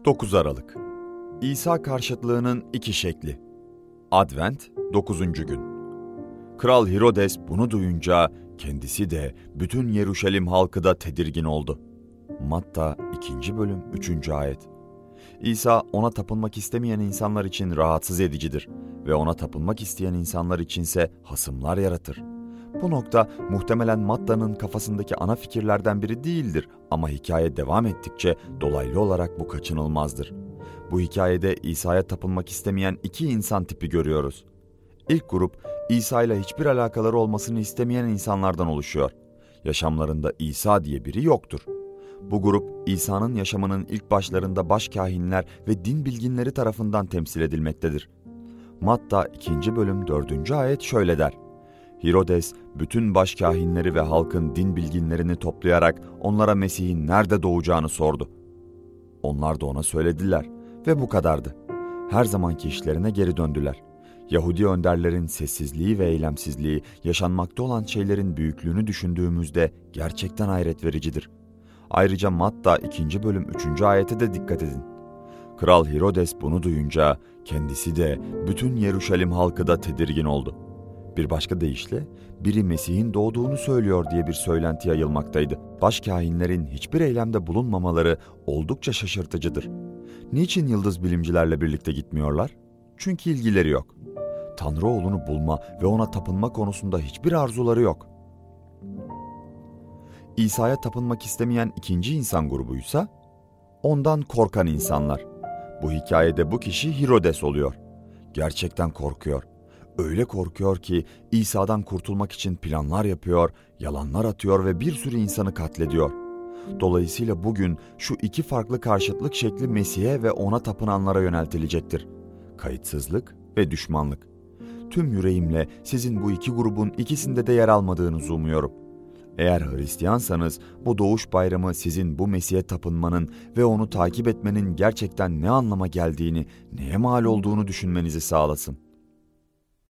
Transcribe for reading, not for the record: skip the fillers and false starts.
9 Aralık İsa karşıtlığının iki şekli. Advent 9. gün. Kral Herodes bunu duyunca kendisi de bütün Yeruşalim halkı da tedirgin oldu. Matta 2. bölüm 3. ayet. İsa ona tapınmak istemeyen insanlar için rahatsız edicidir ve ona tapınmak isteyen insanlar içinse hasımlar yaratır. Bu nokta muhtemelen Matta'nın kafasındaki ana fikirlerden biri değildir ama hikaye devam ettikçe dolaylı olarak bu kaçınılmazdır. Bu hikayede İsa'ya tapınmak istemeyen iki insan tipi görüyoruz. İlk grup İsa ile hiçbir alakaları olmasını istemeyen insanlardan oluşuyor. Yaşamlarında İsa diye biri yoktur. Bu grup İsa'nın yaşamının ilk başlarında başkâhinler ve din bilginleri tarafından temsil edilmektedir. Matta 2. bölüm 4. ayet şöyle der. Herodes bütün başkâhinleri ve halkın din bilginlerini toplayarak onlara Mesih'in nerede doğacağını sordu. Onlar da ona söylediler ve bu kadardı. Her zamanki işlerine geri döndüler. Yahudi önderlerin sessizliği ve eylemsizliği, yaşanmakta olan şeylerin büyüklüğünü düşündüğümüzde gerçekten hayret vericidir. Ayrıca Matta 2. bölüm 3. ayete de dikkat edin. Kral Herodes bunu duyunca kendisi de bütün Yeruşalim halkı da tedirgin oldu. Bir başka deyişle biri Mesih'in doğduğunu söylüyor diye bir söylenti yayılmaktaydı. Başkâhinlerin hiçbir eylemde bulunmamaları oldukça şaşırtıcıdır. Niçin yıldız bilimcilerle birlikte gitmiyorlar? Çünkü ilgileri yok. Tanrı oğlunu bulma ve ona tapınma konusunda hiçbir arzuları yok. İsa'ya tapınmak istemeyen ikinci insan grubuysa ondan korkan insanlar. Bu hikayede bu kişi Herodes oluyor. Gerçekten korkuyor. Öyle korkuyor ki İsa'dan kurtulmak için planlar yapıyor, yalanlar atıyor ve bir sürü insanı katlediyor. Dolayısıyla bugün şu iki farklı karşıtlık şekli Mesih'e ve ona tapınanlara yöneltilecektir. Kayıtsızlık ve düşmanlık. Tüm yüreğimle sizin bu iki grubun ikisinde de yer almadığınızı umuyorum. Eğer Hristiyansanız bu doğuş bayramı sizin bu Mesih'e tapınmanın ve onu takip etmenin gerçekten ne anlama geldiğini, neye mal olduğunu düşünmenizi sağlasın.